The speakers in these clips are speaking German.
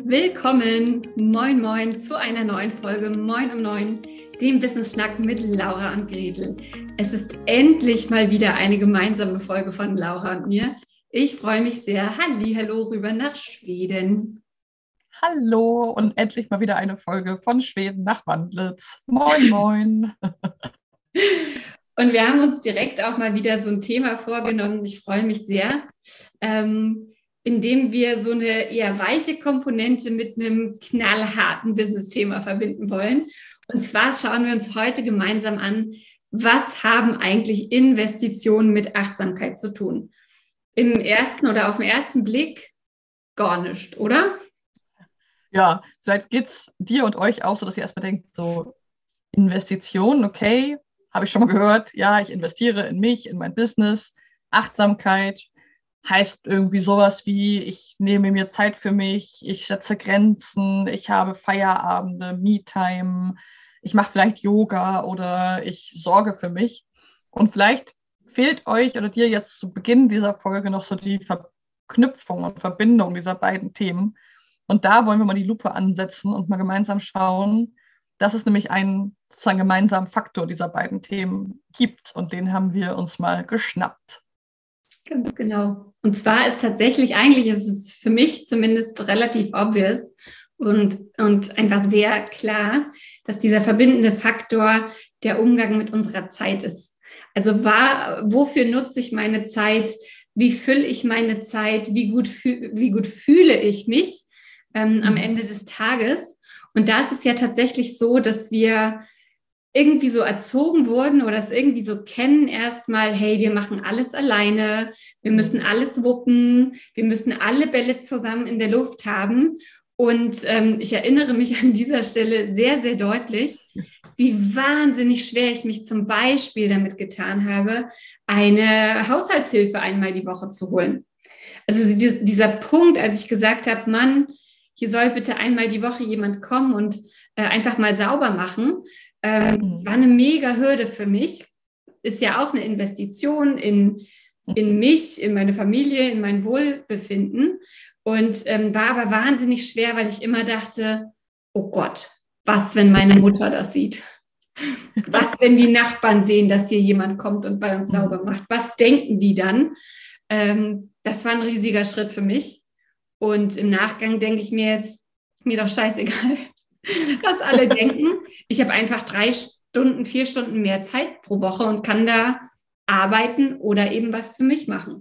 Willkommen, moin moin, zu einer neuen Folge Moin um 9, dem Business-Schnack mit Laura und Gretel. Es ist endlich mal wieder eine gemeinsame Folge von Laura und mir. Ich freue mich sehr. Hallihallo rüber nach Schweden. Hallo und endlich mal wieder eine Folge von Schweden nach Wandlitz. Moin, moin. Und wir haben uns direkt auch mal wieder so ein Thema vorgenommen. Ich freue mich sehr, indem wir so eine eher weiche Komponente mit einem knallharten Business-Thema verbinden wollen. Und zwar schauen wir uns heute gemeinsam an, was haben eigentlich Investitionen mit Achtsamkeit zu tun? Im ersten oder auf den ersten Blick gar nicht, oder? Ja, vielleicht geht es dir und euch auch so, dass ihr erstmal denkt, so Investitionen, okay, habe ich schon mal gehört. Ja, ich investiere in mich, in mein Business. Achtsamkeit heißt irgendwie sowas wie, ich nehme mir Zeit für mich, ich setze Grenzen, ich habe Feierabende, Me-Time, ich mache vielleicht Yoga oder ich sorge für mich. Und vielleicht fehlt euch oder dir jetzt zu Beginn dieser Folge noch so die Verknüpfung und Verbindung dieser beiden Themen. Und da wollen wir mal die Lupe ansetzen und mal gemeinsam schauen, dass es nämlich einen sozusagen gemeinsamen Faktor dieser beiden Themen gibt. Und den haben wir uns mal geschnappt. Ganz genau. Und zwar ist tatsächlich, eigentlich ist es für mich zumindest relativ obvious und einfach sehr klar, dass dieser verbindende Faktor der Umgang mit unserer Zeit ist. Also wofür nutze ich meine Zeit? Wie fülle ich meine Zeit? Wie gut fühle ich mich am Ende des Tages? Und da ist es ja tatsächlich so, dass wir irgendwie so erzogen wurden oder es irgendwie so kennen erstmal, hey, wir machen alles alleine, wir müssen alles wuppen, wir müssen alle Bälle zusammen in der Luft haben. Und ich erinnere mich an dieser Stelle sehr, sehr deutlich, wie wahnsinnig schwer ich mich zum Beispiel damit getan habe, eine Haushaltshilfe einmal die Woche zu holen. Also dieser Punkt, als ich gesagt habe, Mann, hier soll bitte einmal die Woche jemand kommen und einfach mal sauber machen, war eine mega Hürde für mich. Ist ja auch eine Investition in mich, in meine Familie, in mein Wohlbefinden. Und war aber wahnsinnig schwer, weil ich immer dachte, oh Gott, was, wenn meine Mutter das sieht? Was, wenn die Nachbarn sehen, dass hier jemand kommt und bei uns sauber macht? Was denken die dann? Das war ein riesiger Schritt für mich. Und im Nachgang denke ich mir jetzt, mir doch scheißegal, was alle denken. Ich habe einfach 3 Stunden, 4 Stunden mehr Zeit pro Woche und kann da arbeiten oder eben was für mich machen.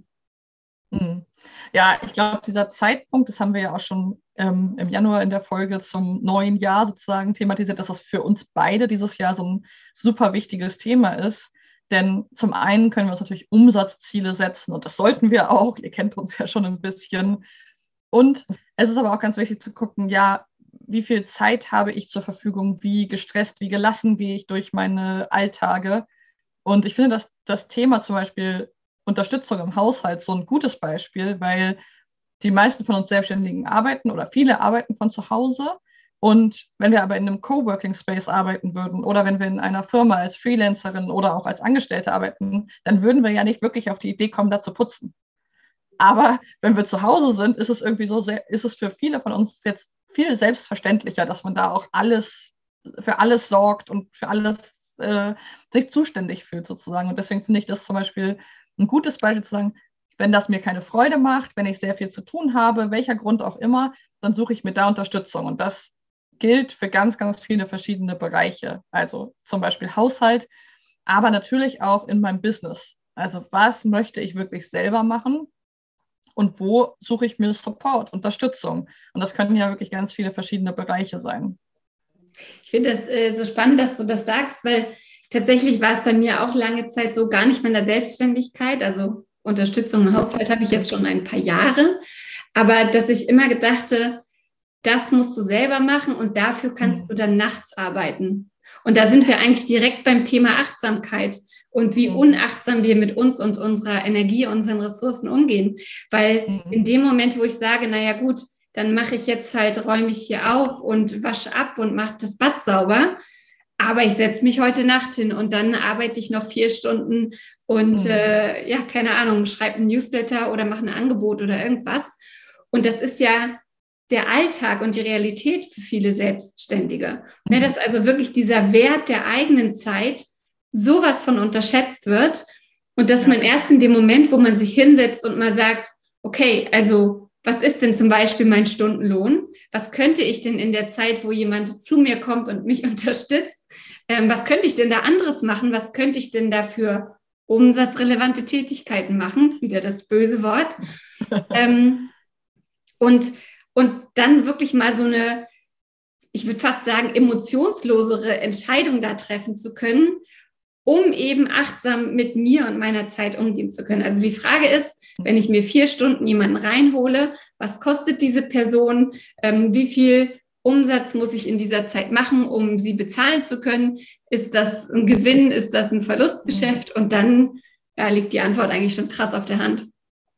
Ja, ich glaube, dieser Zeitpunkt, das haben wir ja auch schon im Januar in der Folge zum neuen Jahr sozusagen thematisiert, dass das für uns beide dieses Jahr so ein super wichtiges Thema ist. Denn zum einen können wir uns natürlich Umsatzziele setzen und das sollten wir auch. Ihr kennt uns ja schon ein bisschen. Und es ist aber auch ganz wichtig zu gucken, ja, wie viel Zeit habe ich zur Verfügung, wie gestresst, wie gelassen gehe ich durch meine Alltage. Und ich finde, dass das Thema zum Beispiel Unterstützung im Haushalt so ein gutes Beispiel, weil die meisten von uns Selbstständigen arbeiten oder viele arbeiten von zu Hause. Und wenn wir aber in einem Coworking Space arbeiten würden oder wenn wir in einer Firma als Freelancerin oder auch als Angestellte arbeiten, dann würden wir ja nicht wirklich auf die Idee kommen, da zu putzen. Aber wenn wir zu Hause sind, ist es irgendwie so sehr, ist es für viele von uns jetzt viel selbstverständlicher, dass man da auch für alles sorgt und für alles sich zuständig fühlt sozusagen. Und deswegen finde ich das zum Beispiel ein gutes Beispiel zu sagen, wenn das mir keine Freude macht, wenn ich sehr viel zu tun habe, welcher Grund auch immer, dann suche ich mir da Unterstützung. Und das gilt für ganz, ganz viele verschiedene Bereiche. Also zum Beispiel Haushalt, aber natürlich auch in meinem Business. Also was möchte ich wirklich selber machen? Und wo suche ich mir Support, Unterstützung? Und das können ja wirklich ganz viele verschiedene Bereiche sein. Ich finde das so spannend, dass du das sagst, weil tatsächlich war es bei mir auch lange Zeit so gar nicht mehr in der Selbstständigkeit. Also Unterstützung im Haushalt habe ich jetzt schon ein paar Jahre, aber dass ich immer gedachte, das musst du selber machen und dafür kannst du dann nachts arbeiten. Und da sind wir eigentlich direkt beim Thema Achtsamkeit und wie unachtsam wir mit uns und unserer Energie, unseren Ressourcen umgehen. Weil in dem Moment, wo ich sage, naja gut, dann mache ich jetzt halt, räume ich hier auf und wasche ab und mache das Bad sauber. Aber ich setze mich heute Nacht hin und dann arbeite ich noch 4 Stunden und ja, keine Ahnung, schreibe ein Newsletter oder mache ein Angebot oder irgendwas. Und das ist ja der Alltag und die Realität für viele Selbstständige. Ne, dass also wirklich dieser Wert der eigenen Zeit sowas von unterschätzt wird und dass man erst in dem Moment, wo man sich hinsetzt und mal sagt, okay, also was ist denn zum Beispiel mein Stundenlohn? Was könnte ich denn in der Zeit, wo jemand zu mir kommt und mich unterstützt, was könnte ich denn da anderes machen? Was könnte ich denn da für umsatzrelevante Tätigkeiten machen? Wieder das böse Wort. Und dann wirklich mal so eine, ich würde fast sagen, emotionslosere Entscheidung da treffen zu können, um eben achtsam mit mir und meiner Zeit umgehen zu können. Also die Frage ist, wenn ich mir 4 Stunden jemanden reinhole, was kostet diese Person? Wie viel Umsatz muss ich in dieser Zeit machen, um sie bezahlen zu können? Ist das ein Gewinn? Ist das ein Verlustgeschäft? Und dann liegt die Antwort eigentlich schon krass auf der Hand.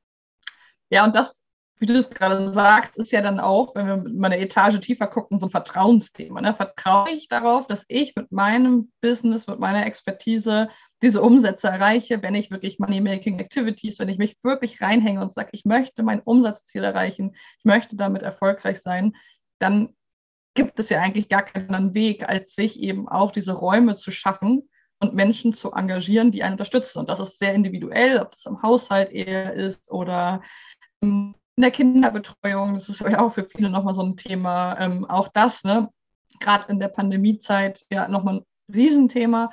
Ja, und das, wie du es gerade sagst, ist ja dann auch, wenn wir mal eine Etage tiefer gucken, so ein Vertrauensthema. Ne? Vertraue ich darauf, dass ich mit meinem Business, mit meiner Expertise diese Umsätze erreiche, wenn ich wirklich Money-Making-Activities, wenn ich mich wirklich reinhänge und sage, ich möchte mein Umsatzziel erreichen, ich möchte damit erfolgreich sein, dann gibt es ja eigentlich gar keinen anderen Weg, als sich eben auch diese Räume zu schaffen und Menschen zu engagieren, die einen unterstützen. Und das ist sehr individuell, ob das im Haushalt eher ist oder in der Kinderbetreuung. Das ist ja auch für viele nochmal so ein Thema. Auch das, ne, gerade in der Pandemiezeit, ja, nochmal ein Riesenthema.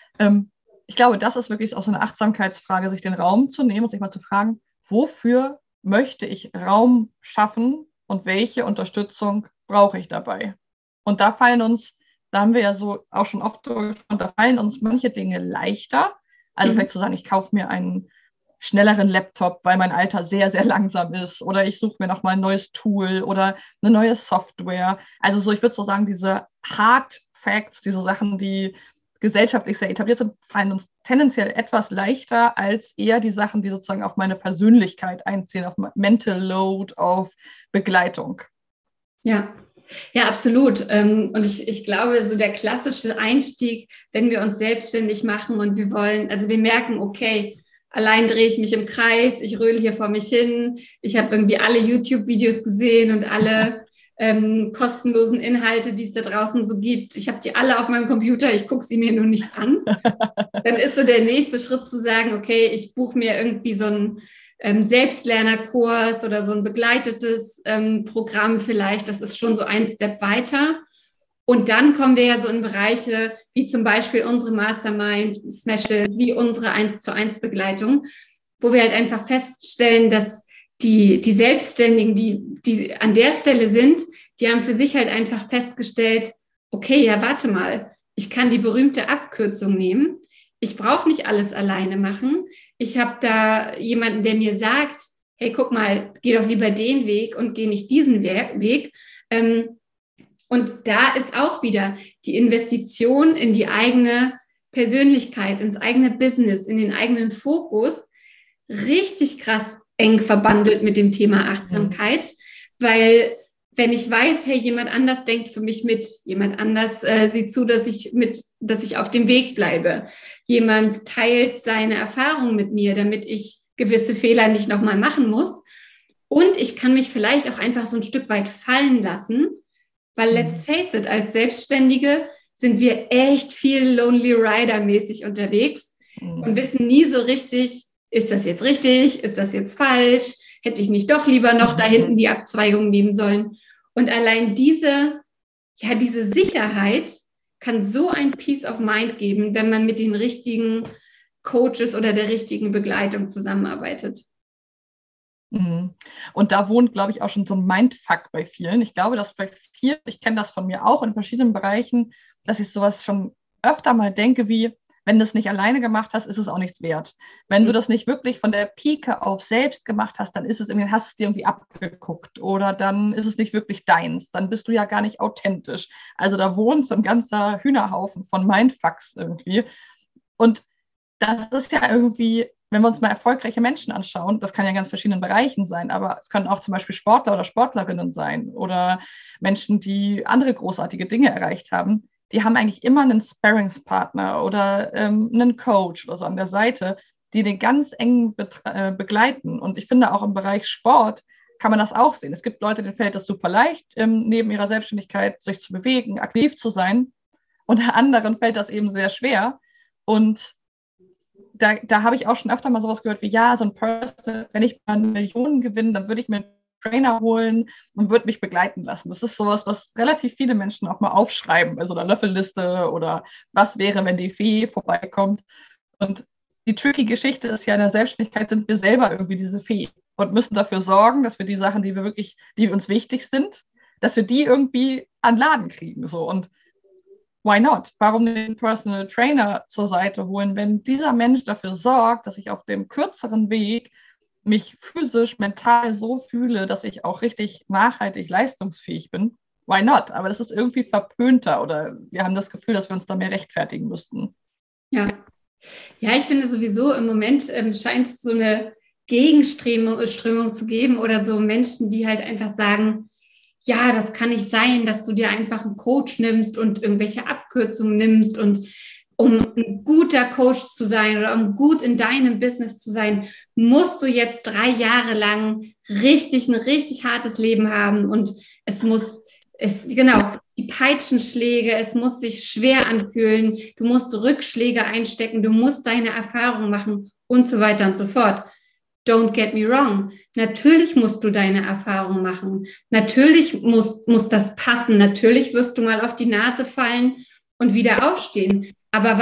Ich glaube, das ist wirklich auch so eine Achtsamkeitsfrage, sich den Raum zu nehmen und sich mal zu fragen, wofür möchte ich Raum schaffen und welche Unterstützung brauche ich dabei? Und da haben wir ja so auch schon oft drüber gesprochen, da fallen uns manche Dinge leichter. Also vielleicht zu sagen, ich kaufe mir einen schnelleren Laptop, weil mein Alter sehr, sehr langsam ist, oder ich suche mir nochmal ein neues Tool oder eine neue Software. Also so, ich würde so sagen, diese Hard Facts, diese Sachen, die gesellschaftlich sehr etabliert sind, fallen uns tendenziell etwas leichter als eher die Sachen, die sozusagen auf meine Persönlichkeit einziehen, auf Mental Load, auf Begleitung. Ja, ja, absolut. Und ich glaube, so der klassische Einstieg, wenn wir uns selbstständig machen und wir wollen, also wir merken, okay, allein drehe ich mich im Kreis, ich röhle hier vor mich hin, ich habe irgendwie alle YouTube-Videos gesehen und alle kostenlosen Inhalte, die es da draußen so gibt. Ich habe die alle auf meinem Computer, ich gucke sie mir nur nicht an. Dann ist so der nächste Schritt zu sagen, okay, ich buche mir irgendwie so einen Selbstlernerkurs oder so ein begleitetes Programm vielleicht. Das ist schon so ein Step weiter. Und dann kommen wir ja so in Bereiche wie zum Beispiel unsere Mastermind-Smashes, wie unsere 1:1 Begleitung, wo wir halt einfach feststellen, dass die Selbstständigen, die an der Stelle sind, die haben für sich halt einfach festgestellt, okay, ja, warte mal, ich kann die berühmte Abkürzung nehmen. Ich brauche nicht alles alleine machen. Ich habe da jemanden, der mir sagt, hey, guck mal, geh doch lieber den Weg und geh nicht diesen Weg. Und da ist auch wieder die Investition in die eigene Persönlichkeit, ins eigene Business, in den eigenen Fokus richtig krass eng verbandelt mit dem Thema Achtsamkeit, weil wenn ich weiß, hey, jemand anders denkt für mich mit, jemand anders sieht zu, dass ich auf dem Weg bleibe, jemand teilt seine Erfahrungen mit mir, damit ich gewisse Fehler nicht nochmal machen muss, und ich kann mich vielleicht auch einfach so ein Stück weit fallen lassen, weil let's face it, als Selbstständige sind wir echt viel Lonely Rider-mäßig unterwegs und wissen nie so richtig, ist das jetzt richtig, ist das jetzt falsch, hätte ich nicht doch lieber noch da hinten die Abzweigung nehmen sollen. Und allein diese Sicherheit kann so ein Peace of Mind geben, wenn man mit den richtigen Coaches oder der richtigen Begleitung zusammenarbeitet. Und da wohnt, glaube ich, auch schon so ein Mindfuck bei vielen. Ich glaube, dass bei vielen, ich kenne das von mir auch in verschiedenen Bereichen, dass ich sowas schon öfter mal denke wie, wenn du es nicht alleine gemacht hast, ist es auch nichts wert. Wenn du das nicht wirklich von der Pike auf selbst gemacht hast, dann ist es irgendwie, hast du es dir irgendwie abgeguckt oder dann ist es nicht wirklich deins. Dann bist du ja gar nicht authentisch. Also da wohnt so ein ganzer Hühnerhaufen von Mindfucks irgendwie. Und das ist ja irgendwie, wenn wir uns mal erfolgreiche Menschen anschauen, das kann ja in ganz verschiedenen Bereichen sein, aber es können auch zum Beispiel Sportler oder Sportlerinnen sein oder Menschen, die andere großartige Dinge erreicht haben. Die haben eigentlich immer einen Sparringspartner oder einen Coach oder so an der Seite, die den ganz eng begleiten. Und ich finde auch im Bereich Sport kann man das auch sehen. Es gibt Leute, denen fällt es super leicht, neben ihrer Selbstständigkeit sich zu bewegen, aktiv zu sein. Und anderen fällt das eben sehr schwer. Und da habe ich auch schon öfter mal sowas gehört wie, ja, so ein Personal, wenn ich mal 1 Million gewinne, dann würde ich mir einen Trainer holen und würde mich begleiten lassen. Das ist sowas, was relativ viele Menschen auch mal aufschreiben bei so einer Löffelliste oder was wäre, wenn die Fee vorbeikommt. Und die tricky Geschichte ist ja, in der Selbstständigkeit sind wir selber irgendwie diese Fee und müssen dafür sorgen, dass wir die Sachen, die uns wichtig sind, dass wir die irgendwie an Laden kriegen. So. Und why not? Warum den Personal Trainer zur Seite holen, wenn dieser Mensch dafür sorgt, dass ich auf dem kürzeren Weg mich physisch, mental so fühle, dass ich auch richtig nachhaltig leistungsfähig bin? Why not? Aber das ist irgendwie verpönter oder wir haben das Gefühl, dass wir uns da mehr rechtfertigen müssten. Ja. Ja, ich finde sowieso im Moment scheint es so eine Gegenströmung zu geben oder so Menschen, die halt einfach sagen, ja, das kann nicht sein, dass du dir einfach einen Coach nimmst und irgendwelche Abkürzungen nimmst und um ein guter Coach zu sein oder um gut in deinem Business zu sein, musst du jetzt 3 Jahre lang ein richtig hartes Leben haben und genau, die Peitschenschläge, es muss sich schwer anfühlen, du musst Rückschläge einstecken, du musst deine Erfahrung machen und so weiter und so fort. Don't get me wrong. Natürlich musst du deine Erfahrung machen. Natürlich muss das passen. Natürlich wirst du mal auf die Nase fallen und wieder aufstehen. Aber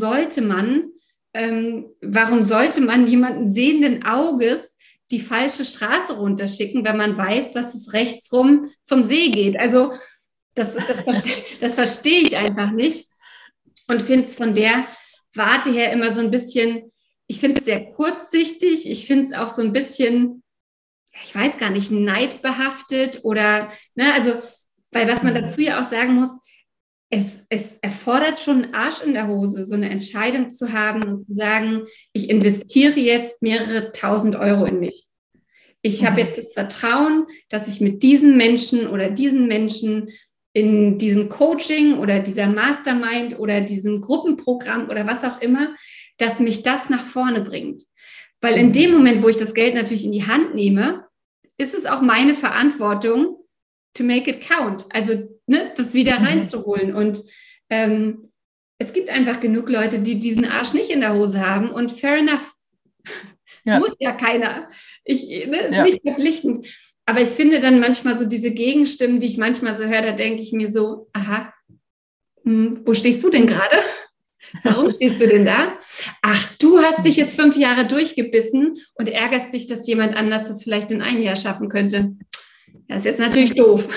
warum sollte man jemanden sehenden Auges die falsche Straße runterschicken, wenn man weiß, dass es rechtsrum zum See geht? Also das verstehe ich einfach nicht und finde es von der Warte her immer so ein bisschen, ich finde es sehr kurzsichtig, ich finde es auch so ein bisschen, ich weiß gar nicht, neidbehaftet oder, ne, also, weil was man dazu ja auch sagen muss, es erfordert schon einen Arsch in der Hose, so eine Entscheidung zu haben und zu sagen, ich investiere jetzt mehrere 1.000 € in mich. Ich habe jetzt das Vertrauen, dass ich mit diesen Menschen oder diesen Menschen in diesem Coaching oder dieser Mastermind oder diesem Gruppenprogramm oder was auch immer, dass mich das nach vorne bringt. Weil in dem Moment, wo ich das Geld natürlich in die Hand nehme, ist es auch meine Verantwortung, to make it count. Also das wieder reinzuholen. Und es gibt einfach genug Leute, die diesen Arsch nicht in der Hose haben. Und fair enough. Ja. Muss ja keiner. Ist nicht verpflichtend. Aber ich finde dann manchmal so diese Gegenstimmen, die ich manchmal so höre, da denke ich mir so, aha, wo stehst du denn gerade? Warum stehst du denn da? Ach, du hast dich jetzt 5 Jahre durchgebissen und ärgerst dich, dass jemand anders das vielleicht in 1 Jahr schaffen könnte. Das ist jetzt natürlich doof.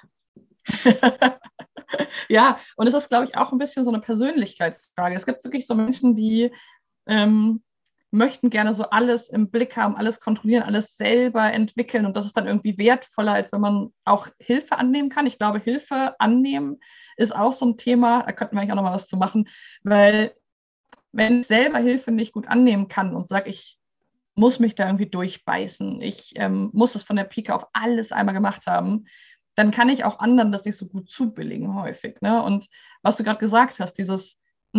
Ja, und es ist, glaube ich, auch ein bisschen so eine Persönlichkeitsfrage. Es gibt wirklich so Menschen, die möchten gerne so alles im Blick haben, alles kontrollieren, alles selber entwickeln. Und das ist dann irgendwie wertvoller, als wenn man auch Hilfe annehmen kann. Ich glaube, Hilfe annehmen ist auch so ein Thema, da könnten wir eigentlich auch noch mal was zu machen, weil wenn ich selber Hilfe nicht gut annehmen kann und sage, ich muss mich da irgendwie durchbeißen, ich muss es von der Pike auf alles einmal gemacht haben, dann kann ich auch anderen das nicht so gut zubilligen häufig. Ne? Und was du gerade gesagt hast, dieses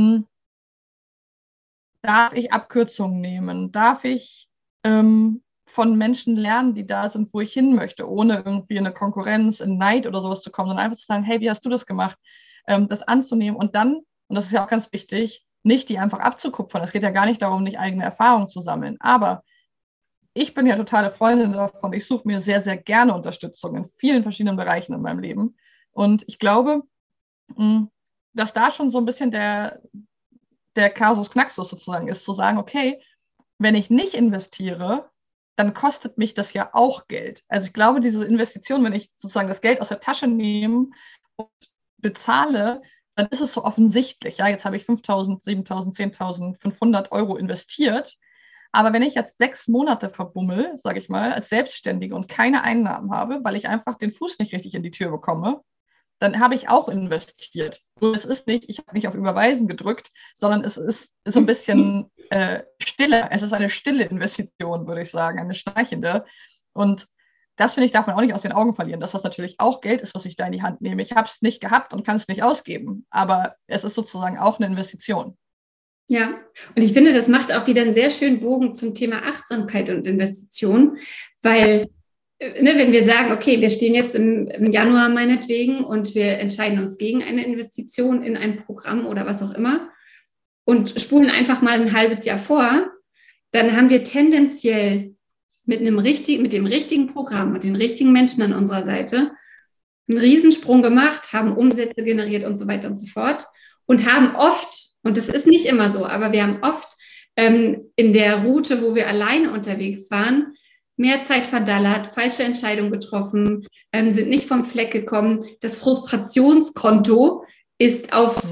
darf ich Abkürzungen nehmen? Darf ich von Menschen lernen, die da sind, wo ich hin möchte, ohne irgendwie in eine Konkurrenz, in Neid oder sowas zu kommen, sondern einfach zu sagen, hey, wie hast du das gemacht? Das anzunehmen und dann, und das ist ja auch ganz wichtig, nicht die einfach abzukupfern. Es geht ja gar nicht darum, nicht eigene Erfahrungen zu sammeln. Aber ich bin ja totale Freundin davon. Ich suche mir sehr, sehr gerne Unterstützung in vielen verschiedenen Bereichen in meinem Leben. Und ich glaube, dass da schon so ein bisschen der Kasus Knaxus sozusagen ist, zu sagen, okay, wenn ich nicht investiere, dann kostet mich das ja auch Geld. Also ich glaube, diese Investition, wenn ich sozusagen das Geld aus der Tasche nehme und bezahle, dann ist es so offensichtlich. Ja, jetzt habe ich 5.000, 7.000, 10.500 € investiert. Aber wenn ich jetzt 6 Monate verbummel, sage ich mal, als Selbstständige und keine Einnahmen habe, weil ich einfach den Fuß nicht richtig in die Tür bekomme, dann habe ich auch investiert. Nur es ist nicht, ich habe nicht auf Überweisen gedrückt, sondern es ist so ein bisschen stille. Es ist eine stille Investition, würde ich sagen, eine schleichende. Und das, finde ich, darf man auch nicht aus den Augen verlieren. Das, was natürlich auch Geld ist, was ich da in die Hand nehme. Ich habe es nicht gehabt und kann es nicht ausgeben. Aber es ist sozusagen auch eine Investition. Ja, und ich finde, das macht auch wieder einen sehr schönen Bogen zum Thema Achtsamkeit und Investition, weil wenn wir sagen, okay, wir stehen jetzt im Januar meinetwegen und wir entscheiden uns gegen eine Investition in ein Programm oder was auch immer und spulen einfach mal ein halbes Jahr vor, dann haben wir tendenziell mit dem richtigen Programm, mit den richtigen Menschen an unserer Seite einen Riesensprung gemacht, haben Umsätze generiert und so weiter und so fort und haben oft, und das ist nicht immer so, aber wir haben oft in der Route, wo wir alleine unterwegs waren, mehr Zeit verdallert, falsche Entscheidungen getroffen, sind nicht vom Fleck gekommen. Das Frustrationskonto ist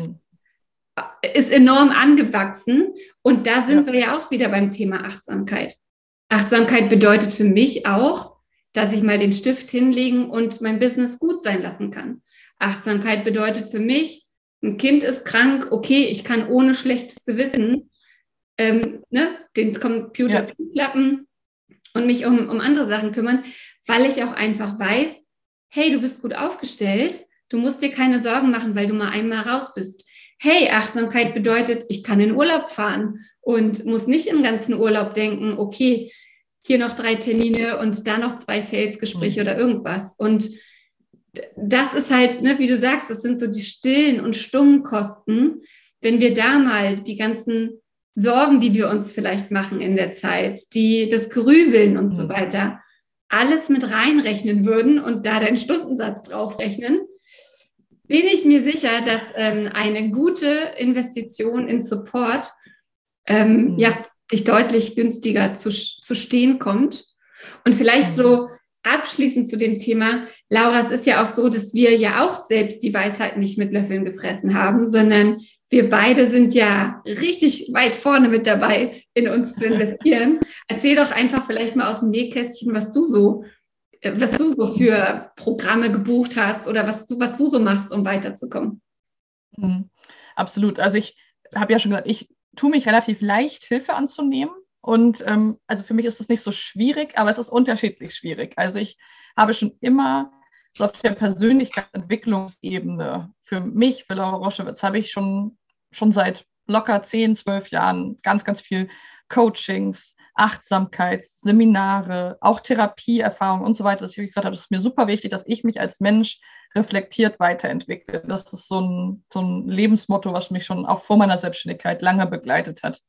enorm angewachsen. Und da sind wir ja auch wieder beim Thema Achtsamkeit. Achtsamkeit bedeutet für mich auch, dass ich mal den Stift hinlegen und mein Business gut sein lassen kann. Achtsamkeit bedeutet für mich, ein Kind ist krank, okay, ich kann ohne schlechtes Gewissen den Computer zuklappen und mich um andere Sachen kümmern, weil ich auch einfach weiß, hey, du bist gut aufgestellt, du musst dir keine Sorgen machen, weil du mal einmal raus bist. Hey, Achtsamkeit bedeutet, ich kann in Urlaub fahren und muss nicht im ganzen Urlaub denken, okay, hier noch 3 Termine und da noch 2 Sales-Gespräche oder irgendwas. Und das ist halt, wie du sagst, das sind so die stillen und stummen Kosten. Wenn wir da mal die ganzen Sorgen, die wir uns vielleicht machen in der Zeit, das Grübeln und so weiter, alles mit reinrechnen würden und da den Stundensatz draufrechnen, bin ich mir sicher, dass eine gute Investition in Support dich deutlich günstiger zu stehen kommt. Und vielleicht so abschließend zu dem Thema, Laura, es ist ja auch so, dass wir ja auch selbst die Weisheit nicht mit Löffeln gefressen haben, sondern wir beide sind ja richtig weit vorne mit dabei, in uns zu investieren. Erzähl doch einfach vielleicht mal aus dem Nähkästchen, was du so für Programme gebucht hast oder was du so machst, um weiterzukommen. Absolut. Also ich habe ja schon gesagt, ich tue mich relativ leicht, Hilfe anzunehmen. Und also für mich ist es nicht so schwierig, aber es ist unterschiedlich schwierig. Also ich habe schon immer so auf der Persönlichkeitsentwicklungsebene für mich, für Laura Roschewitz, habe ich schon seit locker 10, 12 Jahren ganz, ganz viel Coachings, Achtsamkeitsseminare, auch Therapieerfahrung und so weiter, dass ich gesagt habe, das ist mir super wichtig, dass ich mich als Mensch reflektiert weiterentwickle. Das ist so ein Lebensmotto, was mich schon auch vor meiner Selbstständigkeit lange begleitet hat.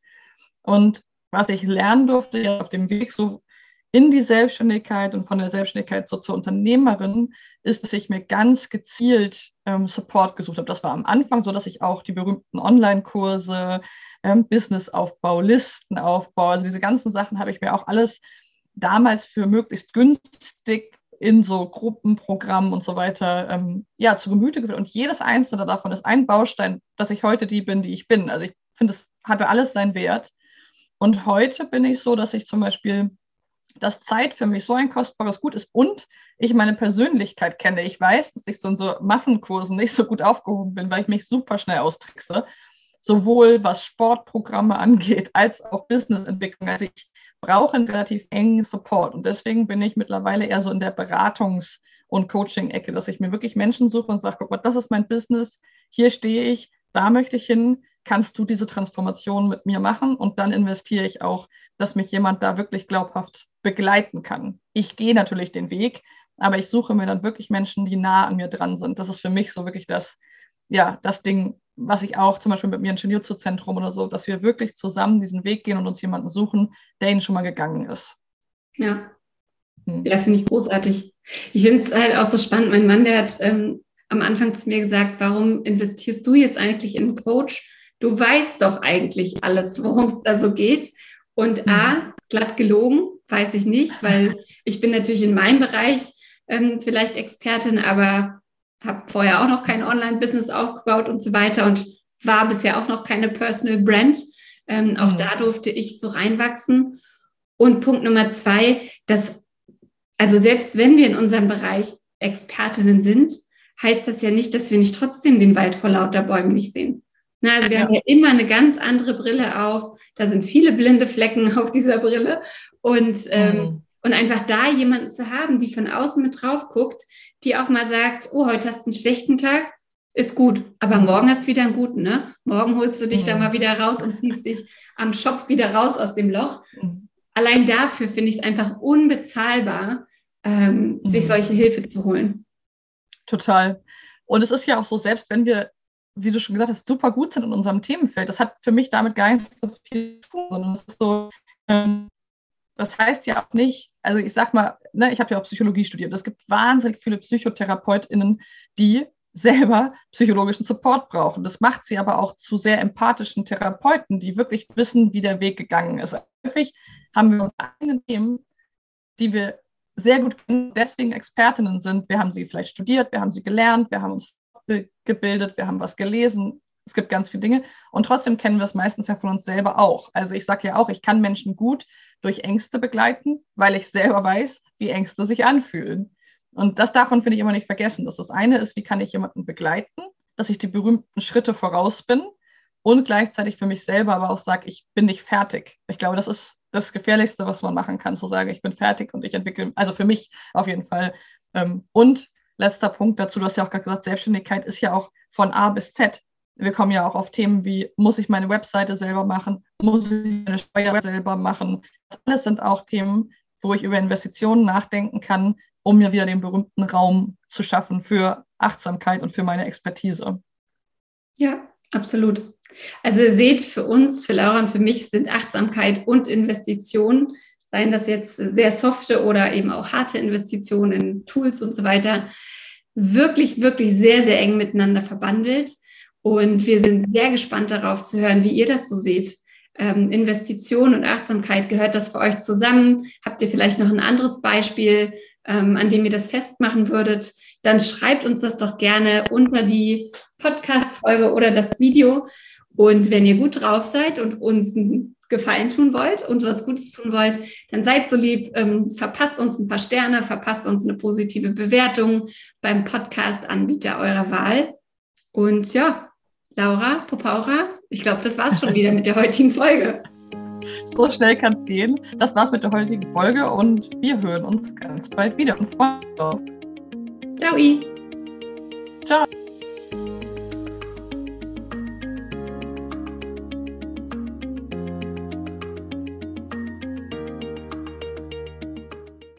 Und was ich lernen durfte auf dem Weg so in die Selbstständigkeit und von der Selbstständigkeit so zur Unternehmerin, ist, dass ich mir ganz gezielt Support gesucht habe. Das war am Anfang so, dass ich auch die berühmten Online-Kurse, Businessaufbau, Listenaufbau, also diese ganzen Sachen habe ich mir auch alles damals für möglichst günstig in so Gruppenprogrammen und so weiter zu Gemüte geführt. Und jedes einzelne davon ist ein Baustein, dass ich heute die bin, die ich bin. Also ich finde, es hatte alles seinen Wert. Und heute bin ich so, dass ich zum Beispiel, dass Zeit für mich so ein kostbares Gut ist und ich meine Persönlichkeit kenne. Ich weiß, dass ich so in so Massenkursen nicht so gut aufgehoben bin, weil ich mich super schnell austrickse. Sowohl was Sportprogramme angeht, als auch Businessentwicklung. Also ich brauche einen relativ engen Support. Und deswegen bin ich mittlerweile eher so in der Beratungs- und Coaching-Ecke, dass ich mir wirklich Menschen suche und sage, guck mal, das ist mein Business, hier stehe ich, da möchte ich hin. Kannst du diese Transformation mit mir machen? Und dann investiere ich auch, dass mich jemand da wirklich glaubhaft begleiten kann. Ich gehe natürlich den Weg, aber ich suche mir dann wirklich Menschen, die nah an mir dran sind. Das ist für mich so wirklich das Ding, was ich auch zum Beispiel mit mir in Shinjutsu-Zentrum oder so, dass wir wirklich zusammen diesen Weg gehen und uns jemanden suchen, der ihn schon mal gegangen ist. Ja, finde ich großartig. Ich finde es halt auch so spannend. Mein Mann, der hat am Anfang zu mir gesagt, warum investierst du jetzt eigentlich in einen Coach? Du weißt doch eigentlich alles, worum es da so geht. Und glatt gelogen, weiß ich nicht, weil ich bin natürlich in meinem Bereich vielleicht Expertin, aber habe vorher auch noch kein Online-Business aufgebaut und so weiter und war bisher auch noch keine Personal Brand. Auch da durfte ich so reinwachsen. Und Punkt Nummer 2, also selbst wenn wir in unserem Bereich Expertinnen sind, heißt das ja nicht, dass wir nicht trotzdem den Wald vor lauter Bäumen nicht sehen. Also wir haben ja immer eine ganz andere Brille auf. Da sind viele blinde Flecken auf dieser Brille. Und einfach da jemanden zu haben, die von außen mit drauf guckt, die auch mal sagt, oh, heute hast du einen schlechten Tag, ist gut, aber morgen hast du wieder einen guten, ne? Morgen holst du dich da mal wieder raus und ziehst dich am Schopf wieder raus aus dem Loch. Allein dafür finde ich es einfach unbezahlbar, sich solche Hilfe zu holen. Total. Und es ist ja auch so, selbst wenn wir, wie du schon gesagt hast, super gut sind in unserem Themenfeld, das hat für mich damit gar nicht so viel zu tun, sondern es ist so, das heißt ja auch nicht, also ich sag mal, ne, ich habe ja auch Psychologie studiert, es gibt wahnsinnig viele PsychotherapeutInnen, die selber psychologischen Support brauchen. Das macht sie aber auch zu sehr empathischen Therapeuten, die wirklich wissen, wie der Weg gegangen ist. Häufig haben wir unsere eigenen Themen, die wir sehr gut kennen, deswegen Expertinnen sind. Wir haben sie vielleicht studiert, wir haben sie gelernt, wir haben uns gebildet, wir haben was gelesen. Es gibt ganz viele Dinge und trotzdem kennen wir es meistens ja von uns selber auch. Also ich sage ja auch, ich kann Menschen gut durch Ängste begleiten, weil ich selber weiß, wie Ängste sich anfühlen. Und das davon finde ich immer nicht vergessen. Das eine ist, wie kann ich jemanden begleiten, dass ich die berühmten Schritte voraus bin und gleichzeitig für mich selber aber auch sage, ich bin nicht fertig. Ich glaube, das ist das Gefährlichste, was man machen kann, zu sagen, ich bin fertig und ich entwickle, also für mich auf jeden Fall. Und letzter Punkt dazu, du hast ja auch gerade gesagt, Selbstständigkeit ist ja auch von A bis Z. Wir kommen ja auch auf Themen wie, muss ich meine Webseite selber machen? Muss ich meine Steuer selber machen? Das alles sind auch Themen, wo ich über Investitionen nachdenken kann, um mir wieder den berühmten Raum zu schaffen für Achtsamkeit und für meine Expertise. Ja, absolut. Also ihr seht, für uns, für Laura und für mich sind Achtsamkeit und Investitionen, seien das jetzt sehr softe oder eben auch harte Investitionen in Tools und so weiter, wirklich, wirklich sehr, sehr eng miteinander verbandelt. Und wir sind sehr gespannt darauf zu hören, wie ihr das so seht. Investition und Achtsamkeit, gehört das für euch zusammen? Habt ihr vielleicht noch ein anderes Beispiel, an dem ihr das festmachen würdet? Dann schreibt uns das doch gerne unter die Podcast-Folge oder das Video. Und wenn ihr gut drauf seid und uns einen Gefallen tun wollt und was Gutes tun wollt, dann seid so lieb, verpasst uns ein paar Sterne, verpasst uns eine positive Bewertung beim Podcast-Anbieter eurer Wahl. Und ja, Laura, Popaura, ich glaube, das war's schon wieder mit der heutigen Folge. So schnell kann es gehen. Das war's mit der heutigen Folge und wir hören uns ganz bald wieder und freuen uns drauf. Ciao. Ciao.